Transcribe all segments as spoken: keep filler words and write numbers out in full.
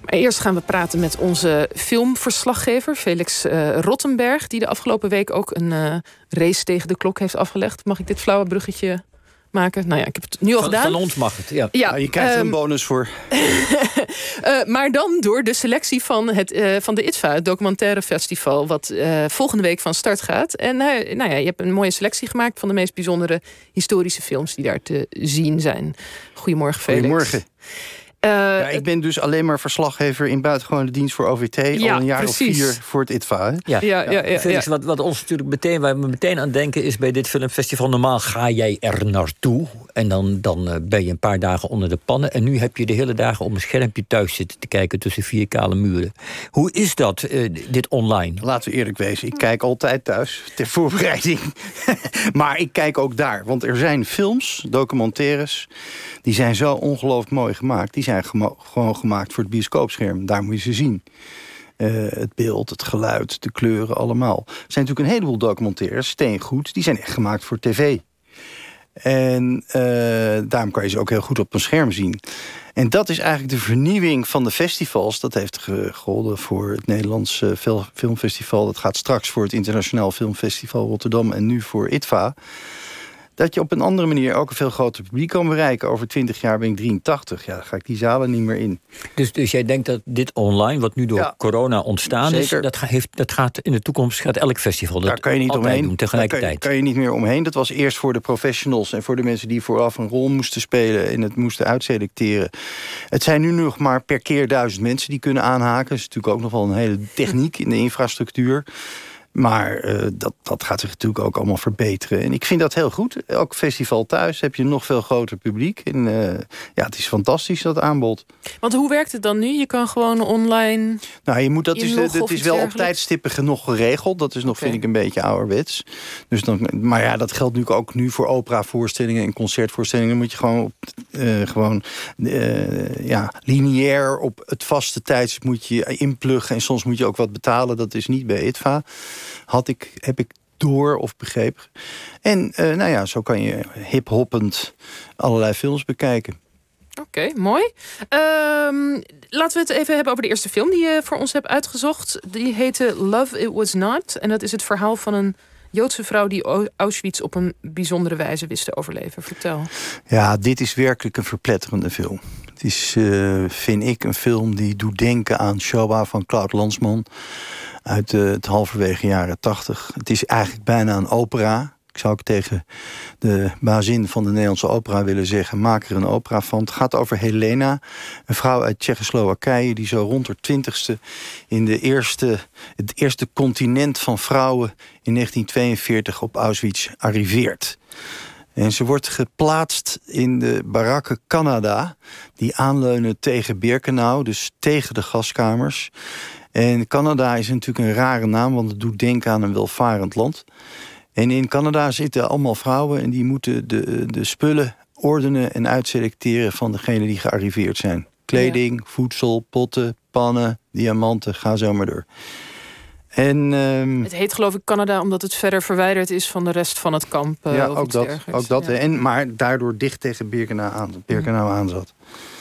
Maar eerst gaan we praten met onze filmverslaggever Felix uh, Rottenberg, die de afgelopen week ook een uh, race tegen de klok heeft afgelegd. Mag ik dit flauwe bruggetje maken? Nou ja, ik heb het nu al van, gedaan. Van ons mag het, ja. ja nou, je krijgt er um, een bonus voor. uh, maar dan door de selectie van, het, uh, van de I T V A, het documentaire festival, wat uh, volgende week van start gaat. En uh, nou ja, je hebt een mooie selectie gemaakt van de meest bijzondere historische films die daar te zien zijn. Goedemorgen, Felix. Goedemorgen. Uh, ja, ik ben dus alleen maar verslaggever in buitengewone dienst voor O V T. Ja, al een jaar precies. of vier voor het I T V A. Ja, ja, ja, ja, ja. Wat, wat ons natuurlijk meteen, waar we meteen aan denken, is bij dit filmfestival, normaal ga jij er naartoe. En dan, dan uh, ben je een paar dagen onder de pannen. En nu heb je de hele dagen op een schermpje thuis zitten te kijken tussen vier kale muren. Hoe is dat, uh, dit online? Laten we eerlijk wezen, ik kijk altijd thuis ter voorbereiding. Maar ik kijk ook daar. Want er zijn films, documentaires, die zijn zo ongelooflijk mooi gemaakt. Die zijn gema- gewoon gemaakt voor het bioscoopscherm. Daar moet je ze zien. Uh, het beeld, het geluid, de kleuren, allemaal. Er zijn natuurlijk een heleboel documentaires, steengoed, die zijn echt gemaakt voor tv. En uh, daarom kan je ze ook heel goed op een scherm zien. En dat is eigenlijk de vernieuwing van de festivals. Dat heeft gegolden voor het Nederlands uh, Filmfestival. Dat gaat straks voor het Internationaal Filmfestival Rotterdam en nu voor I T V A. Dat je op een andere manier ook een veel groter publiek kan bereiken. Over twintig jaar ben ik drieëntachtig. Ja, dan ga ik die zalen niet meer in. Dus, dus jij denkt dat dit online, wat nu door ja, corona ontstaan zeker. is, dat, ga, heeft, dat gaat in de toekomst, gaat elk festival dat Daar kan je niet omheen doen tegelijkertijd. Daar kan je, kan je niet meer omheen. Dat was eerst voor de professionals en voor de mensen die vooraf een rol moesten spelen en het moesten uitselecteren. Het zijn nu nog maar per keer duizend mensen die kunnen aanhaken. Dat is natuurlijk ook nog wel een hele techniek in de infrastructuur. Maar uh, dat, dat gaat zich natuurlijk ook allemaal verbeteren. En ik vind dat heel goed. Elk festival thuis heb je een nog veel groter publiek. En uh, ja, het is fantastisch, dat aanbod. Want hoe werkt het dan nu? Je kan gewoon online. Nou, je moet, dat is, het is wel op tijdstippen genoeg geregeld. Dat is nog, okay. vind ik, een beetje ouderwets. Dus dan, maar ja, dat geldt natuurlijk ook nu voor operavoorstellingen en concertvoorstellingen. Dan moet je gewoon, op, uh, gewoon uh, ja, lineair op het vaste tijdstip moet je inpluggen. En soms moet je ook wat betalen. Dat is niet bij I T V A. Had ik, heb ik door of begrepen. En uh, nou ja, zo kan je hip-hoppend allerlei films bekijken. Oké, okay, mooi. Um, laten we het even hebben over de eerste film die je voor ons hebt uitgezocht. Die heette Love It Was Not. En dat is het verhaal van een Joodse vrouw die Auschwitz op een bijzondere wijze wist te overleven. Vertel. Ja, dit is werkelijk een verpletterende film. Het is, uh, vind ik, een film die doet denken aan Shoah van Claude Lanzmann uit uh, het halverwege jaren tachtig. Het is eigenlijk bijna een opera. Ik zou ook tegen de bazin van de Nederlandse opera willen zeggen, maak er een opera van. Het gaat over Helena, een vrouw uit Tsjechoslowakije die zo rond haar twintigste in de eerste, het eerste continent van vrouwen in negentien tweeënveertig op Auschwitz arriveert. En ze wordt geplaatst in de barakken Canada, die aanleunen tegen Birkenau, dus tegen de gaskamers. En Canada is natuurlijk een rare naam, want het doet denken aan een welvarend land. En in Canada zitten allemaal vrouwen en die moeten de, de spullen ordenen en uitselecteren van degenen die gearriveerd zijn. Kleding, ja. voedsel, potten, pannen, diamanten, ga zo maar door. En, um, het heet geloof ik Canada omdat het verder verwijderd is van de rest van het kamp. Uh, ja, of ook dat. Dergelijks. Ook dat ja. en, maar daardoor dicht tegen Birkenau aan, Birkenau aan zat.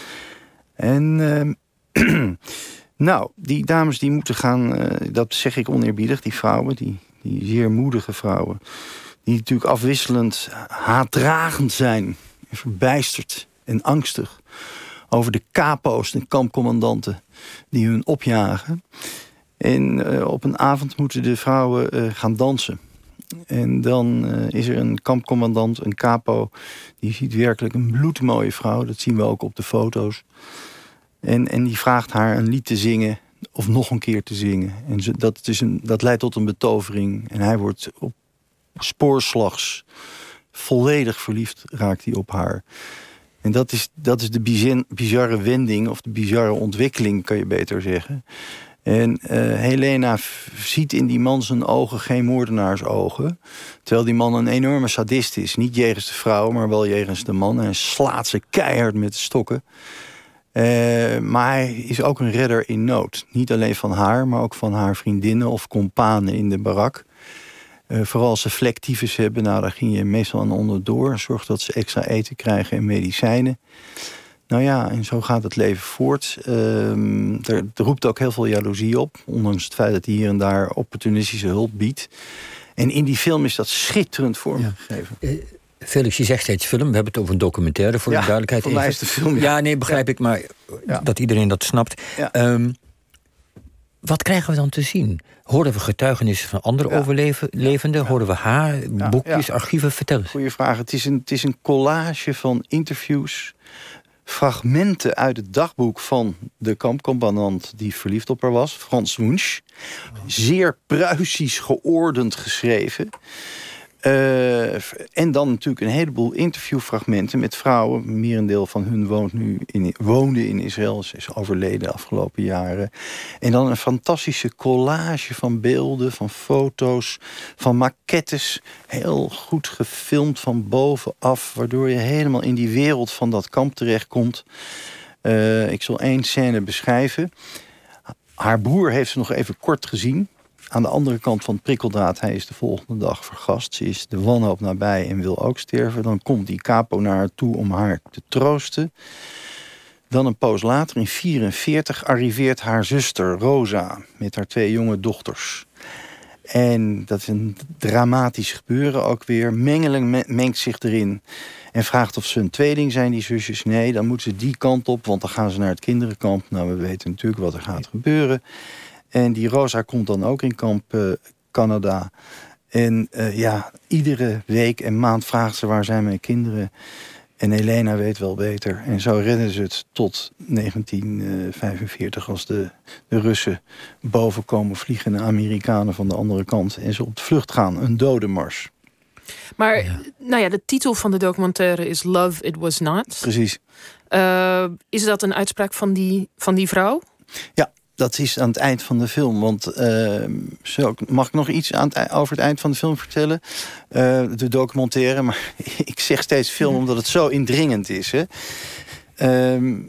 En um, nou, die dames die moeten gaan, uh, dat zeg ik oneerbiedig, die vrouwen, die, die zeer moedige vrouwen, die natuurlijk afwisselend haatdragend zijn, en verbijsterd en angstig over de kapo's en kampcommandanten die hun opjagen. En uh, op een avond moeten de vrouwen uh, gaan dansen. En dan uh, is er een kampcommandant, een capo, die ziet werkelijk een bloedmooie vrouw. Dat zien we ook op de foto's. En, en die vraagt haar een lied te zingen of nog een keer te zingen. En ze, dat, is een, dat leidt tot een betovering. En hij wordt op spoorslags volledig verliefd, raakt hij op haar. En dat is, dat is de bizar, bizarre wending, of de bizarre ontwikkeling, kan je beter zeggen. En uh, Helena f- ziet in die man zijn ogen geen moordenaarsogen. Terwijl die man een enorme sadist is. Niet jegens de vrouw, maar wel jegens de man. En hij slaat ze keihard met de stokken. Uh, maar hij is ook een redder in nood. Niet alleen van haar, maar ook van haar vriendinnen of companen in de barak. Uh, vooral als ze vlektyfus hebben, nou, daar ging je meestal aan onderdoor. Zorg dat ze extra eten krijgen en medicijnen. Nou ja, en zo gaat het leven voort. Um, er, er roept ook heel veel jaloezie op. Ondanks het feit dat hij hier en daar opportunistische hulp biedt. En in die film is dat schitterend vormgegeven. Ja. Uh, Felix, je zegt steeds film. We hebben het over een documentaire, voor ja, de duidelijkheid. Voor mij is de film. Ja, ja nee, begrijp ja. ik, maar ja. dat iedereen dat snapt. Ja. Um, wat krijgen we dan te zien? Horen we getuigenissen van andere ja. overlevenden? Ja. Horen we haar, ja. boekjes, ja. archieven? Vertel eens. Goeie vraag. Het is, een, het is een collage van interviews, fragmenten uit het dagboek van de kampcommandant die verliefd op haar was, Frans Wunsch. Zeer Pruisisch geordend geschreven. Uh, en dan natuurlijk een heleboel interviewfragmenten met vrouwen. Merendeel van hun woont nu in, woonde in Israël. Ze is overleden de afgelopen jaren. En dan een fantastische collage van beelden, van foto's, van maquettes. Heel goed gefilmd van bovenaf, waardoor je helemaal in die wereld van dat kamp terechtkomt. Uh, ik zal één scène beschrijven. Haar broer heeft ze nog even kort gezien. Aan de andere kant van het prikkeldraad, hij is de volgende dag vergast. Ze is de wanhoop nabij en wil ook sterven. Dan komt die capo naar haar toe om haar te troosten. Dan een poos later, in vierenveertig, arriveert haar zuster Rosa met haar twee jonge dochters. En dat is een dramatisch gebeuren ook weer. Mengeling mengt zich erin en vraagt of ze een tweeling zijn, die zusjes. Nee, dan moeten ze die kant op, want dan gaan ze naar het kinderenkamp. Nou, we weten natuurlijk wat er gaat gebeuren. En die Rosa komt dan ook in kamp uh, Canada. En uh, ja, iedere week en maand vraagt ze waar zijn mijn kinderen. En Helena weet wel beter. En zo redden ze het tot negentien vijfenveertig... als de, de Russen boven komen vliegen, de Amerikanen van de andere kant. En ze op de vlucht gaan, een dodenmars. Maar ja. Nou ja, de titel van de documentaire is Love, It Was Not. Precies. Uh, is dat een uitspraak van die, van die vrouw? Ja. Dat is aan het eind van de film. Want uh, zo, mag ik nog iets aan het, over het eind van de film vertellen? Uh, de documentaire, maar ik zeg steeds film omdat het zo indringend is. Hè? Uh,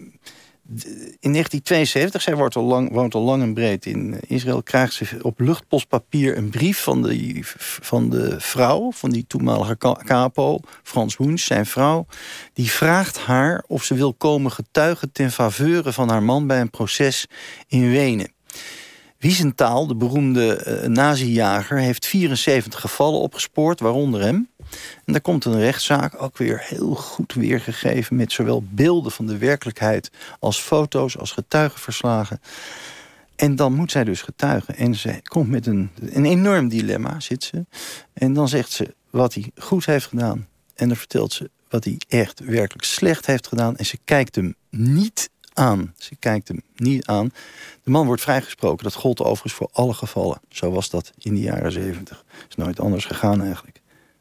in negentien tweeënzeventig, zij woont al, lang, woont al lang en breed in Israël, krijgt ze op luchtpostpapier een brief van de, van de vrouw, van die toenmalige capo, Frans Wunsch, zijn vrouw. Die vraagt haar of ze wil komen getuigen ten faveure van haar man bij een proces in Wenen. Wiesenthal, de beroemde uh, nazi-jager, heeft vierenzeventig gevallen opgespoord, waaronder hem. En daar komt een rechtszaak, ook weer heel goed weergegeven, met zowel beelden van de werkelijkheid als foto's, als getuigenverslagen. En dan moet zij dus getuigen. En ze komt met een, een enorm dilemma, zit ze. En dan zegt ze wat hij goed heeft gedaan. En dan vertelt ze wat hij echt werkelijk slecht heeft gedaan. En ze kijkt hem niet aan. Ze kijkt hem niet aan. De man wordt vrijgesproken. Dat gold overigens voor alle gevallen. Zo was dat in de jaren zeventig. Is nooit anders gegaan eigenlijk.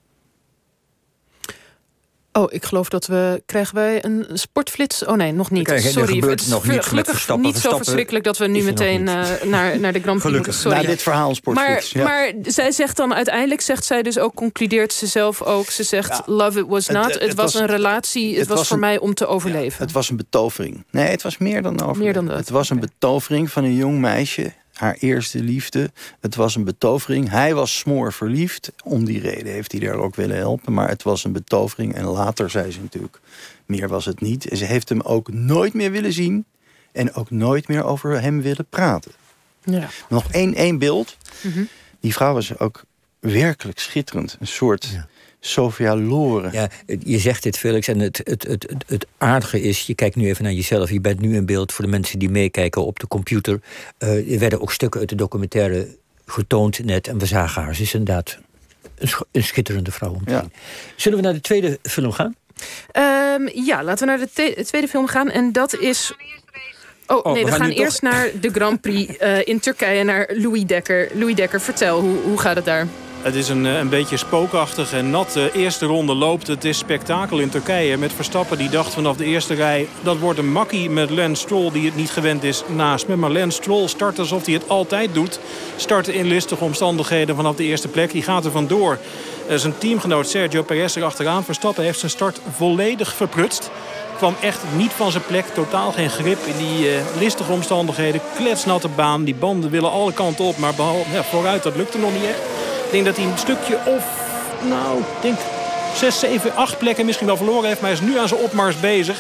Oh, ik geloof dat we... Krijgen wij een sportflits? Oh nee, nog niet. Krijgen, Sorry, het is nog niet gelukkig Verstappen, niet Verstappen zo verschrikkelijk dat we nu meteen uh, naar, naar de Grand Prix moeten. Sorry. Na dit verhaal sportflits. Maar, ja. maar zij zegt dan uiteindelijk, zegt zij dus ook, concludeert ze zelf ook. Ze zegt, ja. Love it was not. Het, het, het was, was een relatie, het, het was, was voor een, mij om te overleven. Ja, het was een betovering. Nee, het was meer dan overleven. Meer dan dat. Het was een betovering van een jong meisje. Haar eerste liefde. Het was een betovering. Hij was smoor verliefd. Om die reden heeft hij daar ook willen helpen. Maar het was een betovering. En later zei ze natuurlijk, meer was het niet. En ze heeft hem ook nooit meer willen zien. En ook nooit meer over hem willen praten. Ja. Nog één, één beeld. Mm-hmm. Die vrouw was ook werkelijk schitterend. Een soort... Ja. Sophia Loren. Ja, je zegt dit, Felix, en het, het, het, het, het aardige is, je kijkt nu even naar jezelf. Je bent nu in beeld voor de mensen die meekijken op de computer. Uh, er werden ook stukken uit de documentaire getoond net. En we zagen haar. Ze is inderdaad een, sch- een schitterende vrouw om te zien. Ja. Zullen we naar de tweede film gaan? Um, ja, laten we naar de te- tweede film gaan. En dat is... Oh, oh nee, we, we gaan, gaan eerst toch... naar de Grand Prix uh, in Turkije, naar Louis Dekker. Louis Dekker, vertel, hoe, hoe gaat het daar? Het is een, een beetje spookachtig en nat. De eerste ronde loopt. Het is spektakel in Turkije. Met Verstappen die dacht vanaf de eerste rij... dat wordt een makkie met Lance Stroll die het niet gewend is naast me. Maar Lance Stroll start alsof hij het altijd doet. Starten in listige omstandigheden vanaf de eerste plek. Die gaat er vandoor. Zijn teamgenoot Sergio Perez er achteraan. Verstappen heeft zijn start volledig verprutst. Kwam echt niet van zijn plek. Totaal geen grip in die uh, listige omstandigheden. Kletsnatte baan. Die banden willen alle kanten op. Maar behalve, ja, vooruit, dat lukte nog niet echt. Ik denk dat hij een stukje of, nou, ik denk zes, zeven, acht plekken misschien wel verloren heeft. Maar hij is nu aan zijn opmars bezig.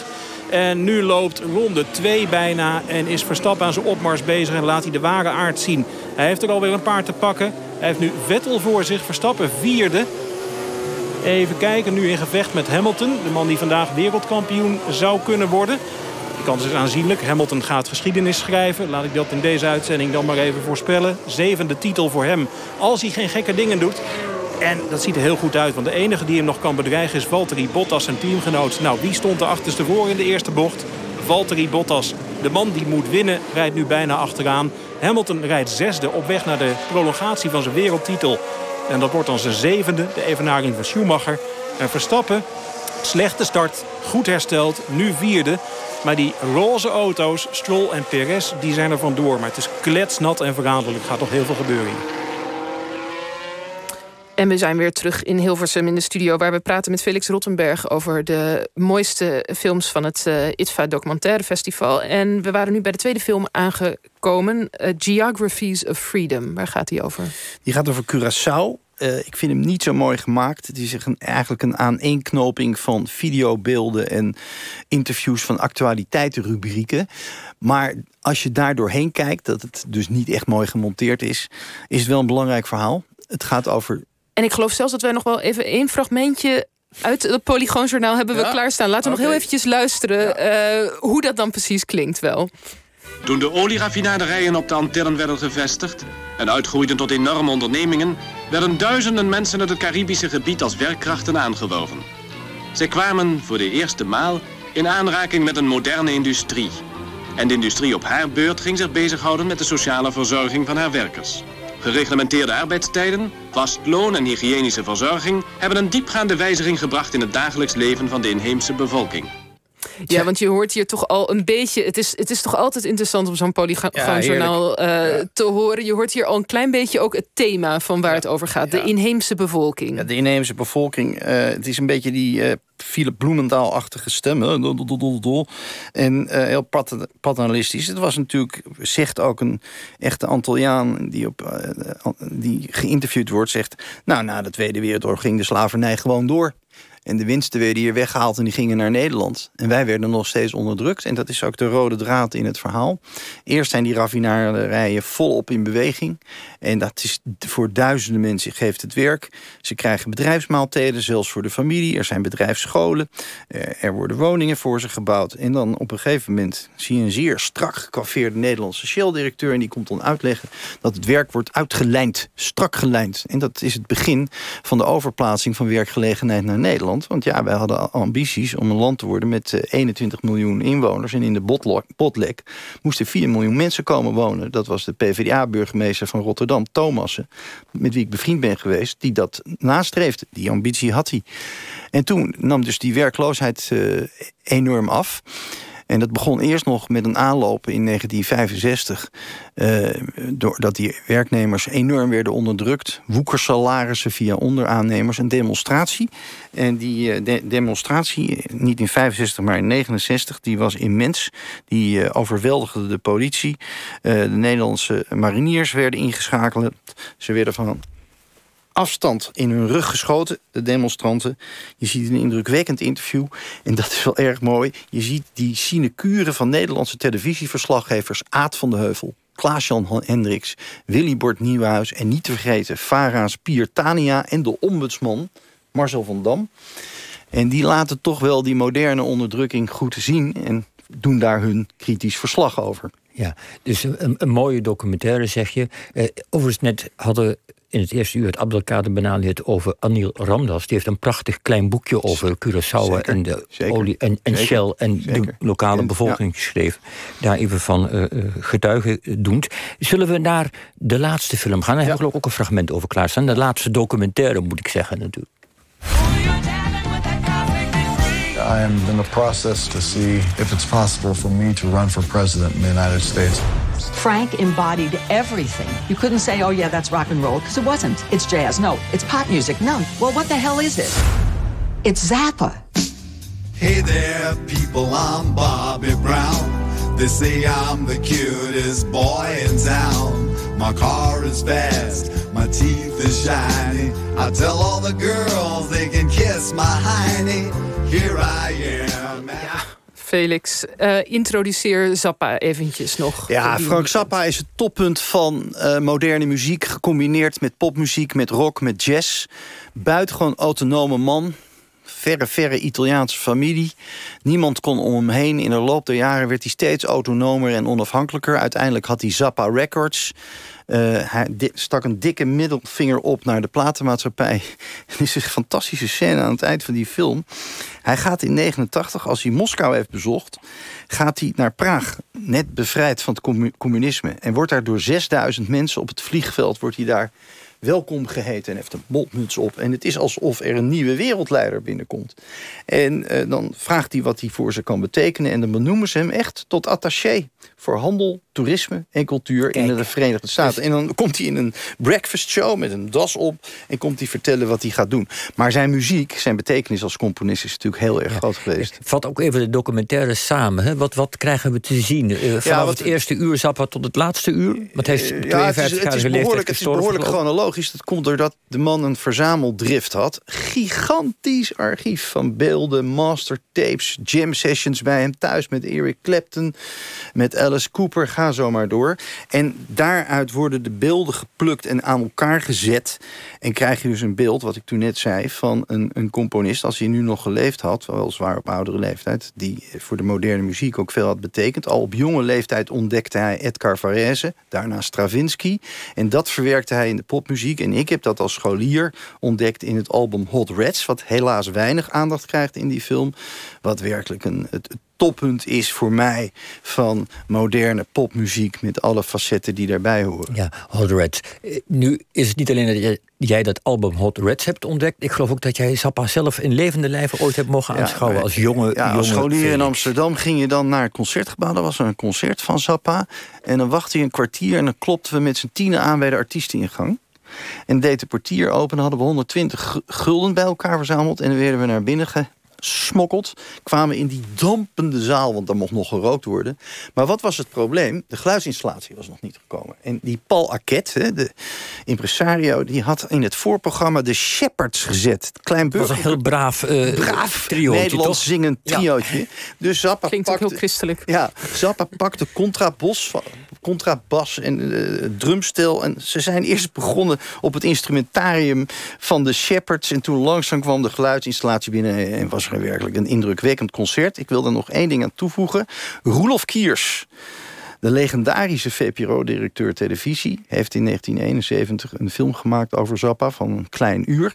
En nu loopt ronde twee bijna en is Verstappen aan zijn opmars bezig en laat hij de ware aard zien. Hij heeft er alweer een paar te pakken. Hij heeft nu Vettel voor zich, Verstappen vierde. Even kijken, nu in gevecht met Hamilton. De man die vandaag wereldkampioen zou kunnen worden. Die kans is aanzienlijk. Hamilton gaat geschiedenis schrijven. Laat ik dat in deze uitzending dan maar even voorspellen. Zevende titel voor hem, als hij geen gekke dingen doet. En dat ziet er heel goed uit, want de enige die hem nog kan bedreigen is Valtteri Bottas, zijn teamgenoot. Nou, wie stond er achterstevoor in de eerste bocht? Valtteri Bottas. De man die moet winnen, rijdt nu bijna achteraan. Hamilton rijdt zesde op weg naar de prolongatie van zijn wereldtitel. En dat wordt dan zijn zevende, de evenaring van Schumacher. En Verstappen, slechte start, goed hersteld, nu vierde. Maar die roze auto's, Stroll en Perez, die zijn er vandoor. Maar het is kletsnat en verraderlijk. Gaat toch heel veel gebeuren hier. En we zijn weer terug in Hilversum in de studio, waar we praten met Felix Rottenberg over de mooiste films van het uh, I T V A Documentaire Festival. En we waren nu bij de tweede film aangekomen, uh, Geographies of Freedom. Waar gaat die over? Die gaat over Curaçao. Uh, ik vind hem niet zo mooi gemaakt. Het is een, eigenlijk een aaneenknoping van videobeelden en interviews van actualiteitenrubrieken. Maar als je daar doorheen kijkt, dat het dus niet echt mooi gemonteerd is, is het wel een belangrijk verhaal. Het gaat over... En ik geloof zelfs dat wij nog wel even één fragmentje uit het Polygoonjournaal hebben we ja? klaarstaan. Laten we okay. nog heel eventjes luisteren ja. uh, hoe dat dan precies klinkt wel. Toen de olieraffinaderijen op de Antillen werden gevestigd en uitgroeiden tot enorme ondernemingen, werden duizenden mensen uit het Caribische gebied als werkkrachten aangeworven. Zij kwamen voor de eerste maal in aanraking met een moderne industrie. En de industrie op haar beurt ging zich bezighouden met de sociale verzorging van haar werkers. Gereglementeerde arbeidstijden, vast loon en hygiënische verzorging hebben een diepgaande wijziging gebracht in het dagelijks leven van de inheemse bevolking. Ja, want je hoort hier toch al een beetje... Het is, het is toch altijd interessant om zo'n Polygoonjournaal ja, uh, ja. te horen. Je hoort hier al een klein beetje ook het thema van waar ja. het over gaat. Ja. De inheemse bevolking. Ja, de inheemse bevolking. Uh, het is een beetje die uh, Philip Bloemendaal-achtige stem. Uh, dol, dol, dol, dol. En uh, heel pat paternalistisch. Het was natuurlijk, zegt ook een echte Antilliaan die, op, uh, die geïnterviewd wordt, zegt, nou, na de Tweede Wereldoorlog ging de slavernij gewoon door. En de winsten werden hier weggehaald en die gingen naar Nederland. En wij werden nog steeds onderdrukt. En dat is ook de rode draad in het verhaal. Eerst zijn die raffinaderijen volop in beweging. En dat is voor duizenden mensen geeft het werk. Ze krijgen bedrijfsmaaltijden, zelfs voor de familie. Er zijn bedrijfsscholen. Er worden woningen voor ze gebouwd. En dan op een gegeven moment zie je een zeer strak gecoiffeerde Nederlandse Shell-directeur. En die komt dan uitleggen dat het werk wordt uitgelijnd. Strak gelijnd. En dat is het begin van de overplaatsing van werkgelegenheid naar Nederland. Want ja, wij hadden ambities om een land te worden met eenentwintig miljoen inwoners. En in de Botlek moesten vier miljoen mensen komen wonen. Dat was de P v d A-burgemeester van Rotterdam, Thomassen, met wie ik bevriend ben geweest, die dat nastreefde. Die ambitie had hij. En toen nam dus die werkloosheid uh, enorm af. En dat begon eerst nog met een aanloop in negentien vijfenzestig... Uh, doordat die werknemers enorm werden onderdrukt. Woekersalarissen via onderaannemers. Een demonstratie. En die uh, de demonstratie, niet in vijfenzestig, maar in negenenzestig... die was immens. Die uh, overweldigde de politie. Uh, de Nederlandse mariniers werden ingeschakeld. Ze werden van afstand in hun rug geschoten, de demonstranten. Je ziet een indrukwekkend interview. En dat is wel erg mooi. Je ziet die sinecure van Nederlandse televisieverslaggevers Aad van de Heuvel, Klaas-Jan Hendricks, Willy Bord Nieuwenhuis en niet te vergeten Farah Spier Tania en de ombudsman Marcel van Dam. En die laten toch wel die moderne onderdrukking goed zien en doen daar hun kritisch verslag over. Ja, dus een, een mooie documentaire, zeg je. Uh, overigens net hadden in het eerste uur het Abdelkader Benali het over Anil Ramdas. Die heeft een prachtig klein boekje over Curaçao Zeker. en de Zeker. olie en, en Shell en Zeker. de lokale bevolking ja. geschreven. Daar even van uh, getuigen doend. Zullen we naar de laatste film gaan? Daar ja. heb ik ook een fragment over klaarstaan. De laatste documentaire, moet ik zeggen natuurlijk. I am in the process to see if it's possible for me to run for president in the United States. Frank embodied everything. You couldn't say, oh yeah, that's rock and roll, because it wasn't. It's jazz. No, it's pop music. No. Well, what the hell is it? It's Zappa. Hey there, people, I'm Bobby Brown. They say I'm the cutest boy in town. My car is fast, my teeth is shiny. I tell all the girls they can kiss my hiney. Here I am. Ja, Felix, uh, introduceer Zappa eventjes nog. Ja, Frank Zappa is het toppunt van uh, moderne muziek... gecombineerd met popmuziek, met rock, met jazz. Buitengewoon autonome man. Verre, verre Italiaanse familie. Niemand kon om hem heen. In de loop der jaren werd hij steeds autonomer en onafhankelijker. Uiteindelijk had hij Zappa Records. Uh, hij stak een dikke middelvinger op naar de platenmaatschappij. Er is een fantastische scène aan het eind van die film. Hij gaat in negenentachtig, als hij Moskou heeft bezocht... gaat hij naar Praag, net bevrijd van het communisme... en wordt daar door zesduizend mensen op het vliegveld... wordt hij daar welkom geheten en heeft een botmuts op. En het is alsof er een nieuwe wereldleider binnenkomt. En uh, dan vraagt hij wat hij voor ze kan betekenen... en dan benoemen ze hem echt tot attaché... voor handel, toerisme en cultuur Kijk. in de Verenigde Staten. En dan komt hij in een breakfast show met een das op... en komt hij vertellen wat hij gaat doen. Maar zijn muziek, zijn betekenis als componist... is natuurlijk heel erg ja. groot geweest. Vat ook even de documentaire samen. Hè? Wat, wat krijgen we te zien? Uh, vanaf ja, wat, het eerste uur Zappa tot het laatste uur? Wat heeft tweeënvijftig jaar zijn leeftijd Het is behoorlijk chronologisch. Dat komt doordat de man een verzameldrift had. Gigantisch archief van beelden, mastertapes... jam sessions bij hem thuis met Eric Clapton... met Alice Cooper, ga zo maar door. En daaruit worden de beelden geplukt en aan elkaar gezet. En krijg je dus een beeld, wat ik toen net zei... van een, een componist, als hij nu nog geleefd had... weliswaar op oudere leeftijd... die voor de moderne muziek ook veel had betekend. Al op jonge leeftijd ontdekte hij Edgar Varese, daarna Stravinsky. En dat verwerkte hij in de popmuziek. En ik heb dat als scholier ontdekt in het album Hot Rats... wat helaas weinig aandacht krijgt in die film. Wat werkelijk een... Het, het toppunt is voor mij van moderne popmuziek... met alle facetten die daarbij horen. Ja, Hot Rats. Nu is het niet alleen dat jij, jij dat album Hot Rats hebt ontdekt. Ik geloof ook dat jij Zappa zelf in levende lijve ooit hebt mogen aanschouwen. Ja, als jonge ja, als jonge scholier Felix. in Amsterdam ging je dan naar het concertgebouw. Dat was een concert van Zappa. En dan wachtte je een kwartier en dan klopten we met z'n tienen aan bij de artiesteningang. En deed de portier open, dan hadden we honderdtwintig gulden bij elkaar verzameld. En dan werden we naar binnen ge smokkeld, kwamen in die dampende zaal, want daar mocht nog gerookt worden. Maar wat was het probleem? De geluidsinstallatie was nog niet gekomen. En die Paul Arquette, de impresario, die had in het voorprogramma de Shepherds gezet. Het klein burger. Dat was een heel braaf, uh, braaf triootje, Nederlands toch? zingend triootje. Ja. Dus Zappa Klinkt pakte, ook heel christelijk. Ja, Zappa pakte contrabas, contrabas en uh, drumstel. En ze zijn eerst begonnen op het instrumentarium van de Shepherds. En toen langzaam kwam de geluidsinstallatie binnen en was er werkelijk een indrukwekkend concert. Ik wil er nog één ding aan toevoegen. Roelof Kiers, de legendarische V P R O-directeur televisie, heeft in negentien eenenzeventig een film gemaakt over Zappa van een klein uur.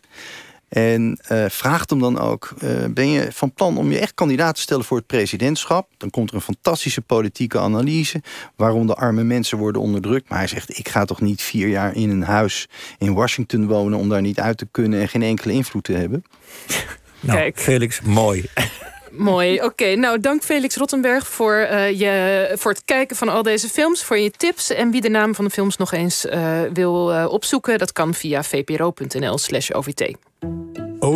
En uh, vraagt hem dan ook, uh, ben je van plan om je echt kandidaat te stellen voor het presidentschap? Dan komt er een fantastische politieke analyse waarom de arme mensen worden onderdrukt. Maar hij zegt, ik ga toch niet vier jaar in een huis in Washington wonen om daar niet uit te kunnen en geen enkele invloed te hebben? Nou, Kijk. Felix, mooi. Mooi, oké. Okay, nou, dank Felix Rottenberg voor, uh, je, voor het kijken van al deze films, voor je tips. En wie de naam van de films nog eens uh, wil uh, opzoeken, dat kan via vpro.nl slash OVT.